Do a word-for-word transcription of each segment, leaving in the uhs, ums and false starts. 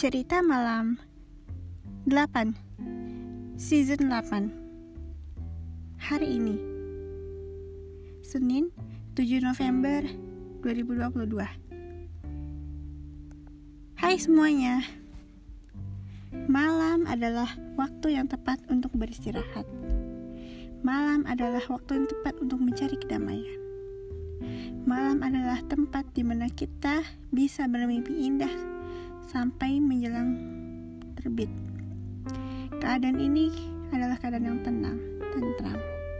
Cerita Malam delapan Season delapan. Hari ini Senin tujuh November dua ribu dua puluh dua. Hai semuanya. Malam adalah waktu yang tepat untuk beristirahat. Malam adalah waktu yang tepat untuk mencari kedamaian. Malam adalah tempat di mana kita bisa bermimpi indah sampai menjelang terbit. Keadaan ini adalah keadaan yang tenang, tentram.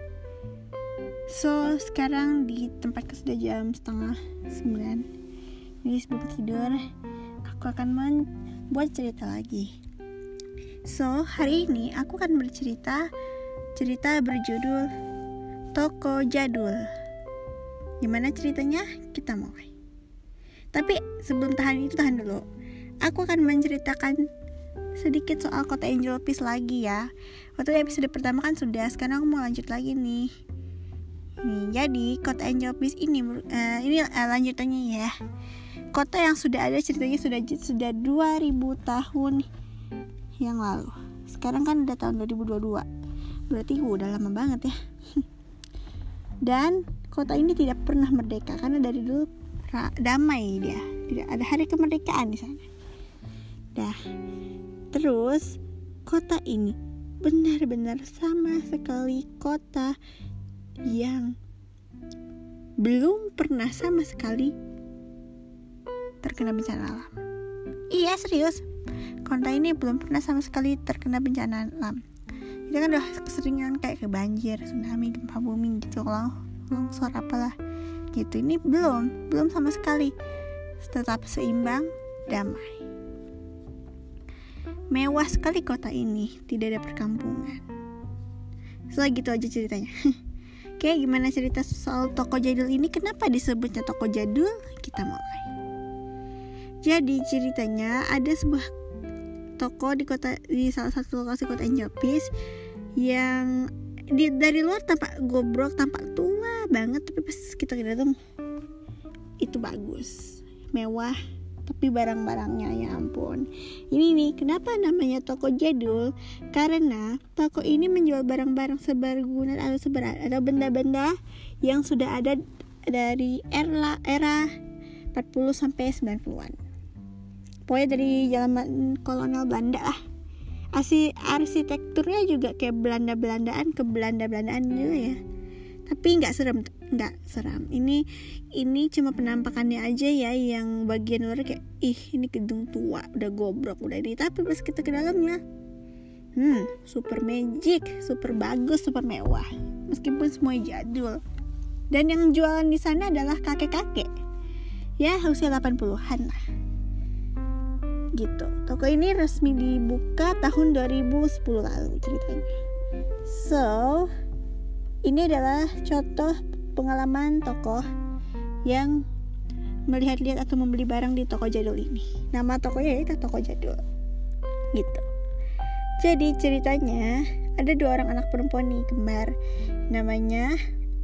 So, sekarang di tempatku sudah jam setengah sembilan. Jadi sebelum tidur, aku akan membuat cerita lagi. So, hari ini aku akan bercerita cerita berjudul Toko Jadul. Gimana ceritanya? Kita mulai. Tapi sebelum tahan itu tahan dulu. Aku akan menceritakan sedikit soal Kota Angel Peace lagi ya. Waktu episode pertama kan sudah, sekarang aku mau lanjut lagi nih. Nih, jadi Kota Angel Peace ini uh, ini uh, lanjutannya ya. Kota yang sudah ada ceritanya sudah sudah dua ribu tahun yang lalu. Sekarang kan udah tahun dua ribu dua puluh dua. Berarti udah lama banget ya. Dan kota ini tidak pernah merdeka karena dari dulu damai dia. Tidak ada hari kemerdekaan di sana. Dah. Terus kota ini benar-benar sama sekali kota yang belum pernah sama sekali terkena bencana alam. Iya serius. Kota ini belum pernah sama sekali terkena bencana alam. Kita kan udah keseringan kayak ke banjir, tsunami, gempa bumi gitu, kalau longsor apalah gitu. Ini belum, belum sama sekali. Tetap seimbang, damai. Mewah sekali kota ini, tidak ada perkampungan. So gitu aja ceritanya. Oke, gimana cerita soal toko jadul ini? Kenapa disebutnya toko jadul? Kita mulai. Jadi ceritanya ada sebuah toko di kota di salah satu lokasi Kota Angel Peace yang di, dari luar tampak gobrok, tampak tua banget, tapi pas kita datang itu bagus, mewah, tapi barang-barangnya ya ampun. Ini nih kenapa namanya toko jadul? Karena toko ini menjual barang-barang seberguna atau seber atau benda-benda yang sudah ada dari era era empat puluh sampai sembilan puluhan. Pokoknya dari zaman kolonial Belanda lah. Asi arsitekturnya juga kayak Belanda-Belandaan ke Belanda-Belandaan juga ya. Tapi nggak serem, nggak seram. Ini ini cuma penampakannya aja ya, yang bagian luar kayak ih ini gedung tua, udah goblok, udah ini. Tapi pas kita ke dalamnya, hmm, super magic, super bagus, super mewah. Meskipun semuanya jadul. Dan yang jualan di sana adalah kakek-kakek. Ya, usia delapan puluhan lah. Gitu. Toko ini resmi dibuka tahun dua ribu sepuluh lalu ceritanya. So, ini adalah contoh pengalaman tokoh yang melihat-lihat atau membeli barang di toko jadul ini. Nama tokonya itu toko jadul. Gitu. Jadi ceritanya ada dua orang anak perempuan nih, kembar. Namanya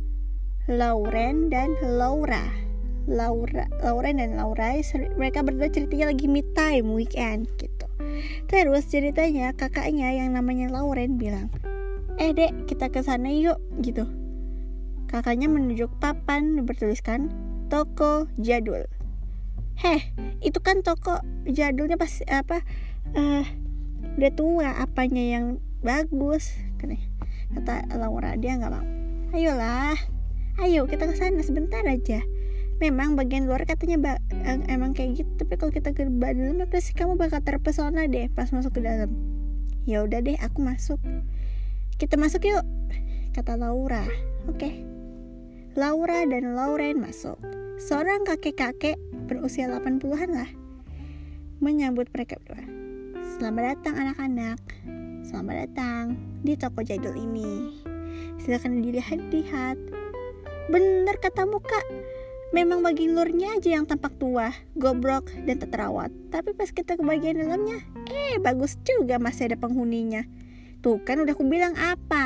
Lauren dan Laura. Laura, Lauren dan Laura, mereka berdua ceritanya lagi me time weekend gitu. Terus ceritanya kakaknya yang namanya Lauren bilang, eh dek kita ke sana yuk gitu. Kakaknya menunjuk papan bertuliskan toko jadul. Heh, itu kan toko jadulnya pas apa? Uh, udah tua, apanya yang bagus? Kata Laura, dia nggak mau. Ayolah, ayo kita ke sana sebentar aja. Memang bagian luar katanya ba- emang kayak gitu, tapi kalau kita ke dalam pasti kamu bakal terpesona deh pas masuk ke dalam. Ya udah deh, aku masuk. Kita masuk yuk, kata Laura. Oke. Okay. Laura dan Lauren masuk. Seorang kakek-kakek berusia delapan puluhan lah menyambut mereka berdua. Selamat datang anak-anak. Selamat datang di toko jadul ini. Silakan dilihat-lihat. Bener katamu Kak. Memang bagian luarnya aja yang tampak tua, gobrok, dan tak terawat. Tapi pas kita ke bagian dalamnya, eh bagus juga masih ada penghuninya. Tuh kan udah aku bilang apa.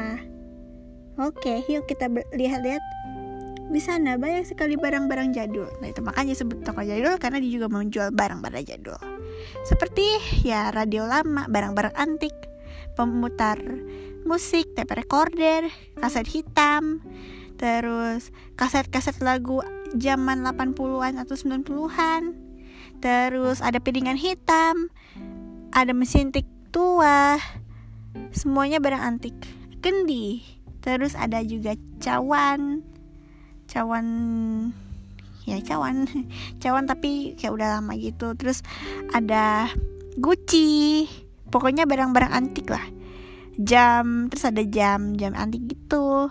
Oke, yuk kita lihat-lihat. Di sana banyak sekali barang-barang jadul. Nah itu makanya sebut toko jadul, karena dia juga menjual barang-barang jadul. Seperti ya radio lama, barang-barang antik, pemutar musik, tape recorder, kaset hitam, terus kaset-kaset lagu zaman delapan puluhan atau sembilan puluhan. Terus ada piringan hitam, ada mesin tik tua, semuanya barang antik. Kendi, terus ada juga cawan, cawan ya cawan, cawan tapi kayak udah lama gitu. Terus ada Gucci, pokoknya barang-barang antik lah. Jam, terus ada jam, jam antik gitu.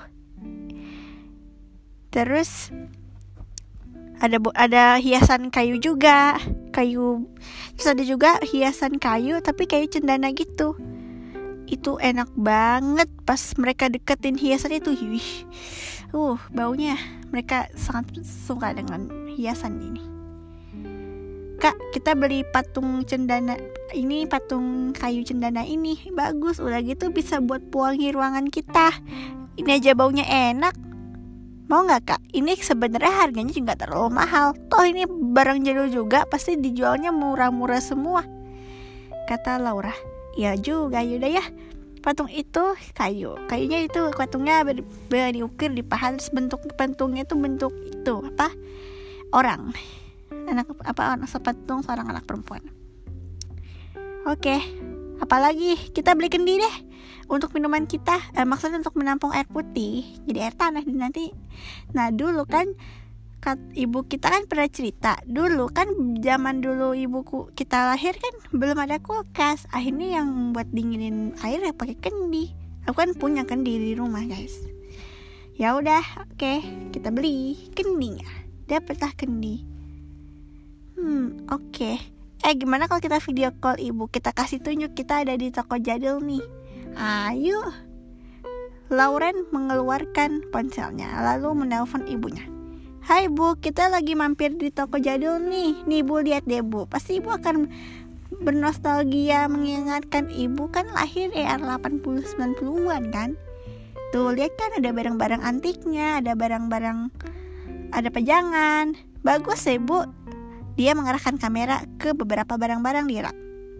Terus ada ada hiasan kayu juga, kayu. Terus ada juga hiasan kayu tapi kayu cendana gitu. Itu enak banget pas mereka deketin hiasan itu. Wih, uh, baunya. Mereka sangat suka dengan hiasan ini. Kak, kita beli patung cendana ini, patung kayu cendana ini bagus. Udah gitu bisa buat pewangi ruangan kita. Ini aja baunya enak. Mau nggak kak? Ini sebenarnya harganya juga terlalu mahal. Toh ini barang jadul juga, pasti dijualnya murah-murah semua, kata Laura. Ya juga, yaudah ya. Patung itu kayu, kayunya itu patungnya ber, ber, diukir di paha. Terus bentuk patungnya itu bentuk itu apa? Orang, anak apa? Anak sepatung seorang anak perempuan. Oke, apalagi kita beli kendi deh untuk minuman kita. Eh, maksudnya untuk menampung air putih, jadi air tanah nanti. Nah dulu kan kat, ibu kita kan pernah cerita, dulu kan zaman dulu ibuku kita lahir kan belum ada kulkas. Akhirnya yang buat dinginin air ya pakai kendi. Aku kan punya kendi di rumah guys. Ya udah, oke okay, kita beli kendinya. Dapatlah kendi. Hmm oke okay. Eh gimana kalau kita video call ibu, kita kasih tunjuk kita ada di toko jadul nih. Ayo. Lauren mengeluarkan ponselnya lalu menelpon ibunya. Hai bu, kita lagi mampir di toko jadul nih. Nih bu, lihat deh bu. Pasti ibu akan bernostalgia mengingatkan ibu kan lahir era delapan puluh sembilan puluhan kan. Tuh lihat kan ada barang-barang antiknya, ada barang-barang, ada pajangan. Bagus ya bu. Dia mengarahkan kamera ke beberapa barang-barang di rak.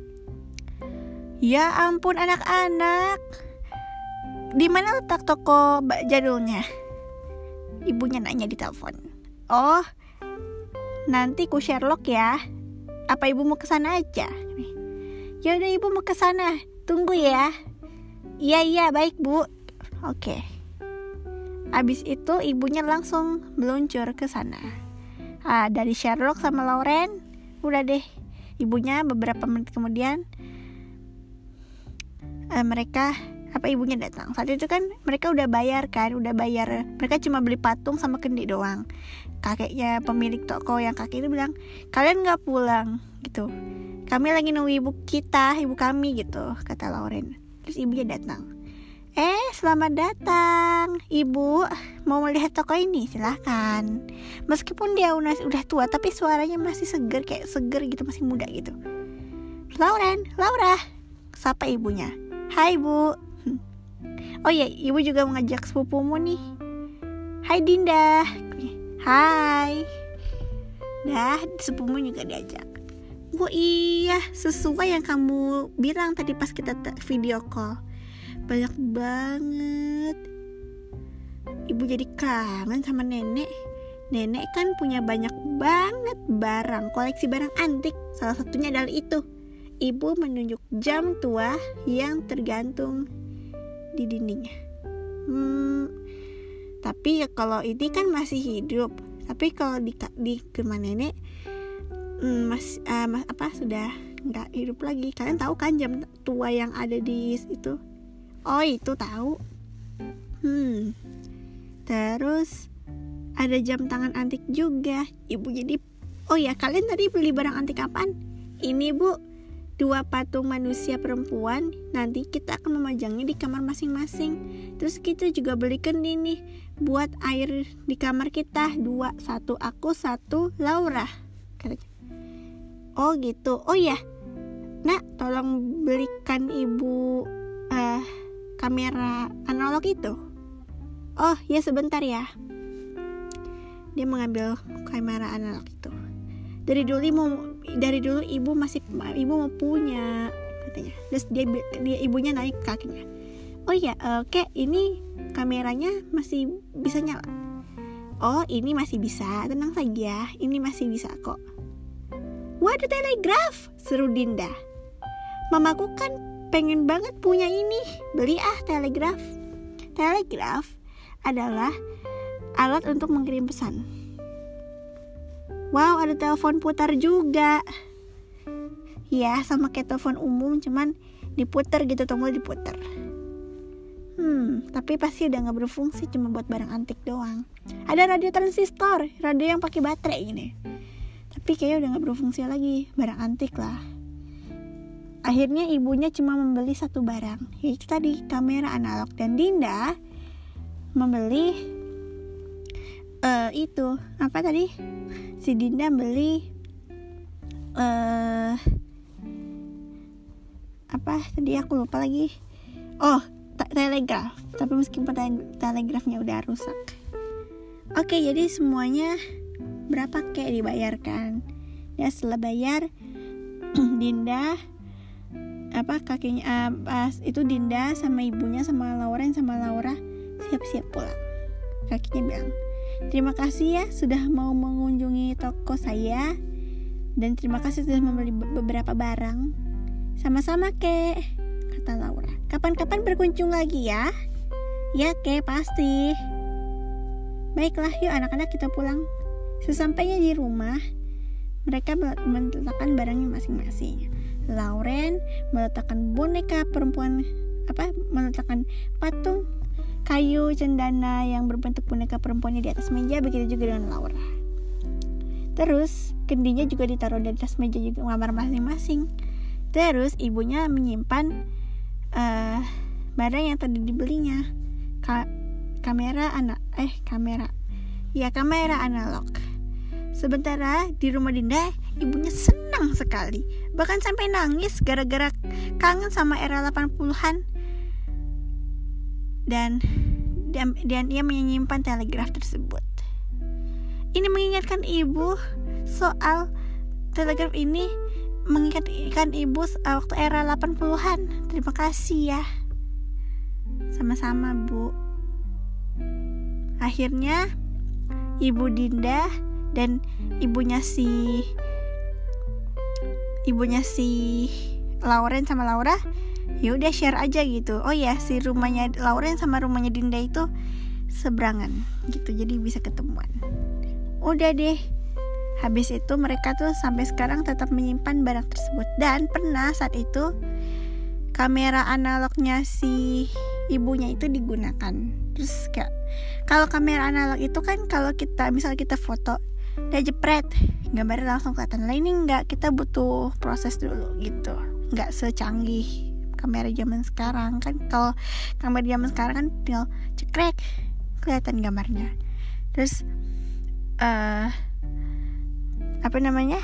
Ya ampun anak-anak. Di mana letak toko jadulnya? Ibunya nanya di telepon. Oh, nanti ku Sherlock ya. Apa ibu mau kesana aja? Ya udah ibu mau kesana. Tunggu ya. Iya iya baik bu. Oke. Abis itu ibunya langsung meluncur ke sana. Ah, dari Sherlock sama Lauren, udah deh. Ibunya beberapa menit kemudian eh, mereka apa ibunya datang. Saat itu kan mereka udah bayar kan, udah bayar. Mereka cuma beli patung sama kendi doang. Kakeknya pemilik toko yang kakek itu bilang, kalian nggak pulang gitu. Kami lagi nunggu ibu kita, ibu kami gitu, kata Lauren. Terus ibunya datang. Eh, selamat datang, ibu. Mau melihat toko ini? Silahkan. Meskipun dia udah, udah tua, tapi suaranya masih seger, kayak seger gitu, masih muda gitu. Lauren, Laura, sapa ibunya. Hai bu. Oh iya, ibu juga mengajak sepupumu nih. Hai Dinda. Hai. Dah, sepupumu juga diajak. Oh iya, sesuai yang kamu bilang tadi pas kita video call. Banyak banget. Ibu jadi kangen sama nenek. Nenek kan punya banyak banget barang, koleksi barang antik. Salah satunya adalah itu. Ibu menunjuk jam tua yang tergantung di dindingnya. Hmm, tapi ya kalau ini kan masih hidup. Tapi kalau di di rumah nenek, hmm, mas, uh, mas apa sudah nggak hidup lagi. Kalian tahu kan jam tua yang ada di itu? Oh itu tahu. Hmm. Terus ada jam tangan antik juga. Ibu jadi, oh ya kalian tadi beli barang antik apaan? Ini bu, dua patung manusia perempuan. Nanti kita akan memajangnya di kamar masing-masing. Terus kita juga beli kendi nih buat air di kamar kita. Dua, satu aku, satu Laura. Oh gitu. Oh ya, nak tolong belikan ibu uh, kamera analog itu. Oh ya sebentar ya. Dia mengambil kamera analog itu. Dari dulu mau dari dulu ibu masih ibu mau punya katanya. Terus dia, dia ibunya naik ke kakinya. Oh iya, uh, Kek, ini kameranya masih bisa nyala? Oh, ini masih bisa, tenang saja, ini masih bisa kok. Wah, ada telegraf, seru Dinda. Mamaku kan pengen banget punya ini, beli ah telegraf. Telegraf adalah alat untuk mengirim pesan. Wow, ada telepon putar juga. Ya, sama kayak telepon umum, cuman diputer gitu, tombol diputer. Hmm, tapi pasti udah gak berfungsi, cuma buat barang antik doang. Ada radio transistor, radio yang pakai baterai gini. Tapi kayaknya udah gak berfungsi lagi, barang antik lah. Akhirnya ibunya cuma membeli satu barang, yaitu tadi kamera analog. Dan Dinda membeli uh, itu apa tadi? Si Dinda beli uh, apa tadi aku lupa lagi. Oh, telegraf, tapi meskipun telegrafnya udah rusak. Oke, jadi semuanya berapa kayak dibayarkan? Ya, setelah bayar Dinda apa kakinya uh, pas itu Dinda sama ibunya sama Lauren sama Laura siap-siap pulang. Kakinya bilang, terima kasih ya sudah mau mengunjungi toko saya, dan terima kasih sudah membeli beberapa barang. Sama-sama Kek, kata Laura. Kapan-kapan berkunjung lagi ya. Ya Kek, pasti. Baiklah, yuk anak-anak kita pulang. Sesampainya di rumah, mereka meletakkan barangnya masing-masing. Lauren meletakkan boneka perempuan apa meletakkan patung kayu cendana yang berbentuk boneka perempuannya di atas meja, begitu juga dengan Laura. Terus kendinya juga ditaruh di atas meja juga, kamar masing-masing. Terus ibunya menyimpan uh, barang yang tadi dibelinya, Ka- kamera anak eh kamera ya kamera analog. Sementara di rumah Dinda, ibunya senang sekali, bahkan sampai nangis gara-gara kangen sama era delapan puluhan. Dan dan, dan ia menyimpan telegraf tersebut. Ini mengingatkan ibu soal telegraf ini, mengingatkan ibu waktu era delapan puluhan. Terima kasih ya. Sama-sama, Bu. Akhirnya Ibu Dinda dan ibunya si ibunya si Lauren sama Laura ya udah share aja gitu. Oh ya, si rumahnya Lauren sama rumahnya Dinda itu seberangan gitu, jadi bisa ketemuan. Udah deh, habis itu mereka tuh sampai sekarang tetap menyimpan barang tersebut. Dan pernah saat itu kamera analognya si ibunya itu digunakan. Terus kayak kalau kamera analog itu kan kalau kita misal kita foto udah jepret, gambarnya langsung kelihatan. Lah ini enggak, kita butuh proses dulu gitu. Enggak secanggih kamera zaman sekarang kan. Kalau kamera zaman sekarang kan tinggal cekrek kelihatan gambarnya. Terus uh, apa namanya?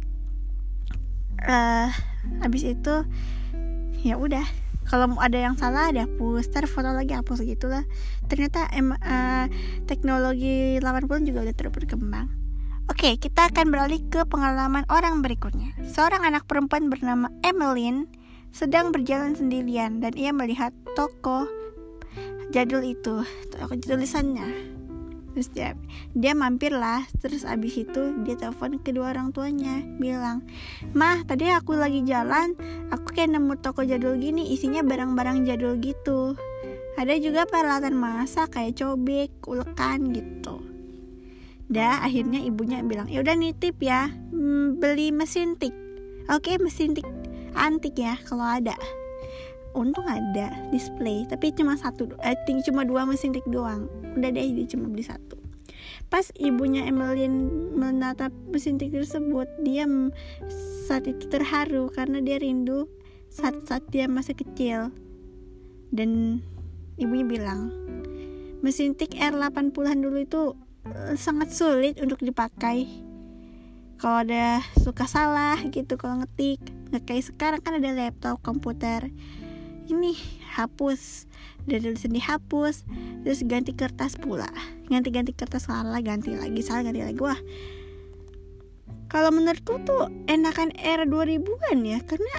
Uh, habis itu ya udah, kalau ada yang salah ada hapus, ntar foto lagi hapus gitulah. Ternyata em, uh, teknologi delapan puluhan juga udah terus berkembang. Oke, kita akan beralih ke pengalaman orang berikutnya. Seorang anak perempuan bernama Emmeline sedang berjalan sendirian dan ia melihat toko jadul itu, toko tulisannya. Terus dia, dia mampir lah. Terus abis itu dia telepon kedua orang tuanya, bilang, "Mah, tadi aku lagi jalan, aku kayak nemu toko jadul gini, isinya barang-barang jadul gitu. Ada juga peralatan masak kayak cobek, ulekan gitu." Dah akhirnya ibunya bilang, "Ya udah nitip ya, hmm, beli mesin tik." Oke, mesin tik antik ya kalau ada. Untung ada display, tapi cuma satu, eh, cuma dua mesin tik doang. Udah deh, dia cuma beli satu. Pas ibunya Emmeline menatap mesin tik tersebut, dia saat itu terharu karena dia rindu saat-saat dia masih kecil. Dan ibunya bilang, mesin tik R delapan puluhan dulu itu uh, sangat sulit untuk dipakai. Kalau ada suka salah gitu kalau ngetik, nggak kayak sekarang kan ada laptop, komputer. Ini hapus, dari tulisan dihapus, terus ganti kertas pula, ganti-ganti kertas, salah ganti lagi, salah ganti lagi. Wah, Kalau menurutku tuh enakan era dua ribuan ya, karena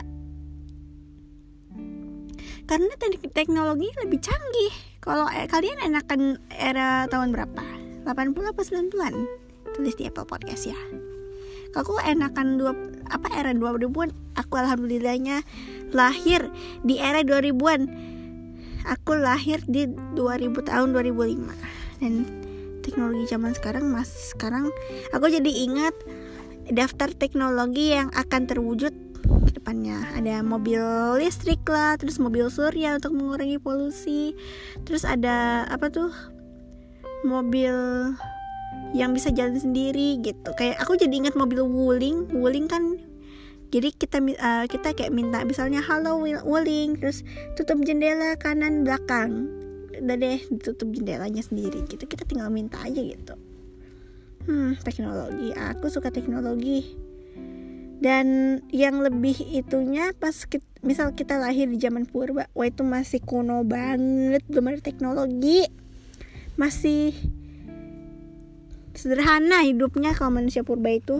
karena teknik teknologi lebih canggih. Kalau eh, kalian enakan era tahun berapa? delapan puluh apa sembilan puluhan? Tulis di Apple Podcast ya. Kalau aku enakan dua apa era dua ribuan. Aku alhamdulillahnya lahir di era dua ribuan. Aku lahir di dua ribu tahun dua ribu lima. Dan teknologi zaman sekarang mas sekarang aku jadi ingat daftar teknologi yang akan terwujud ke depannya. Ada mobil listrik lah, terus mobil surya untuk mengurangi polusi. Terus ada apa tuh? Mobil yang bisa jalan sendiri gitu. Kayak aku jadi ingat mobil Wuling. Wuling kan jadi kita uh, kita kayak minta misalnya halo Wuling, terus tutup jendela kanan belakang. Udah deh ditutup jendelanya sendiri gitu. Kita tinggal minta aja gitu. Hmm, teknologi. Aku suka teknologi. Dan yang lebih itunya pas kita, misal kita lahir di zaman purba, wah itu masih kuno banget, belum ada teknologi. Masih sederhana hidupnya kalau manusia purba itu.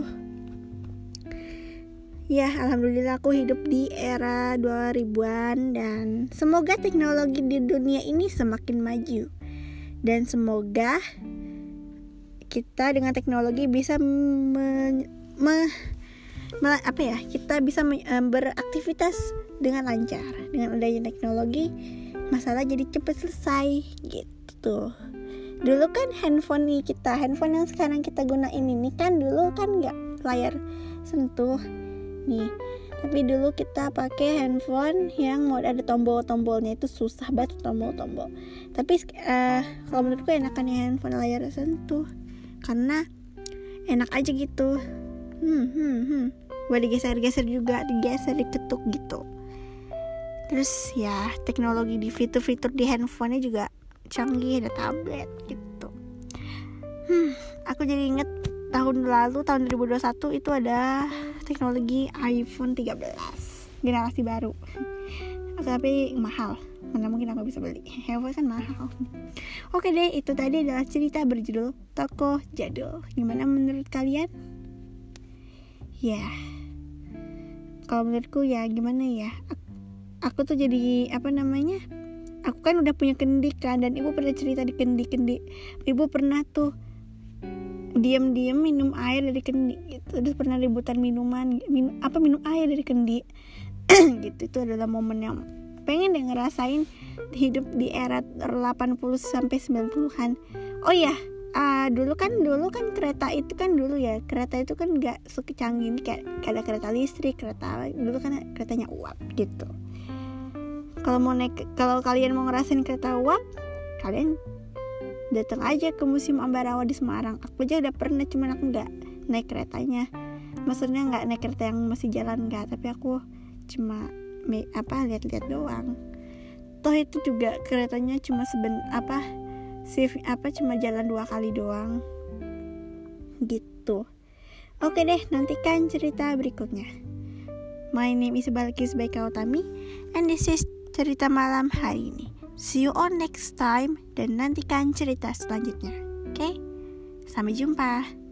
Ya, alhamdulillah aku hidup di era dua ribuan dan semoga teknologi di dunia ini semakin maju. Dan semoga kita dengan teknologi bisa me, me, me, apa ya? Kita bisa me, beraktivitas dengan lancar. Dengan adanya teknologi, masalah jadi cepat selesai gitu. Dulu kan handphone nih kita, handphone yang sekarang kita gunain ini kan dulu kan nggak layar sentuh nih. Tapi dulu kita pakai handphone yang mau ada tombol-tombolnya, itu susah banget tombol-tombol. Tapi uh, kalau menurutku enakan handphone layar sentuh karena enak aja gitu. Hmm, hmm, hmm. Boleh digeser-geser juga, digeser, diketuk gitu. Terus ya teknologi di fitur-fitur di handphonenya juga canggih, ada tablet gitu. Hmm, aku jadi inget tahun lalu tahun dua ribu dua puluh satu itu ada teknologi iPhone tiga belas generasi baru. Tapi mahal. Mana mungkin aku bisa beli. Handphone kan mahal. Oke deh, itu tadi adalah cerita berjudul Toko Jadul. Gimana menurut kalian? Ya. Kalau menurutku ya gimana ya? Aku tuh jadi apa namanya? Aku kan udah punya kendi kan, dan ibu pernah cerita di kendi-kendi. Ibu pernah tuh diam-diam minum air dari kendi gitu. Terus pernah ributan minuman, minum, apa minum air dari kendi. Gitu. Itu adalah momen yang pengen deh ngerasain hidup di era delapan puluh sampai sembilan puluhan. Oh iya, uh, dulu kan dulu kan kereta itu kan dulu ya. Kereta itu kan enggak secanggih ini, kayak ada kereta listrik, kereta dulu kan keretanya uap gitu. Kalau mau naik, kalau kalian mau ngerasain kereta uap, kalian datang aja ke Museum Ambarawa di Semarang. Aku aja udah pernah, cuman aku nggak naik keretanya. Maksudnya nggak naik kereta yang masih jalan, nggak. Tapi aku cuma me, apa lihat-lihat doang. Toh itu juga keretanya cuma seben apa shift apa cuma jalan dua kali doang. Gitu. Oke deh, nantikan cerita berikutnya. My name is Balkis Baika Utami, and this is cerita malam hari ini. See you on next time, dan nantikan cerita selanjutnya. Oke? Okay? Sampai jumpa.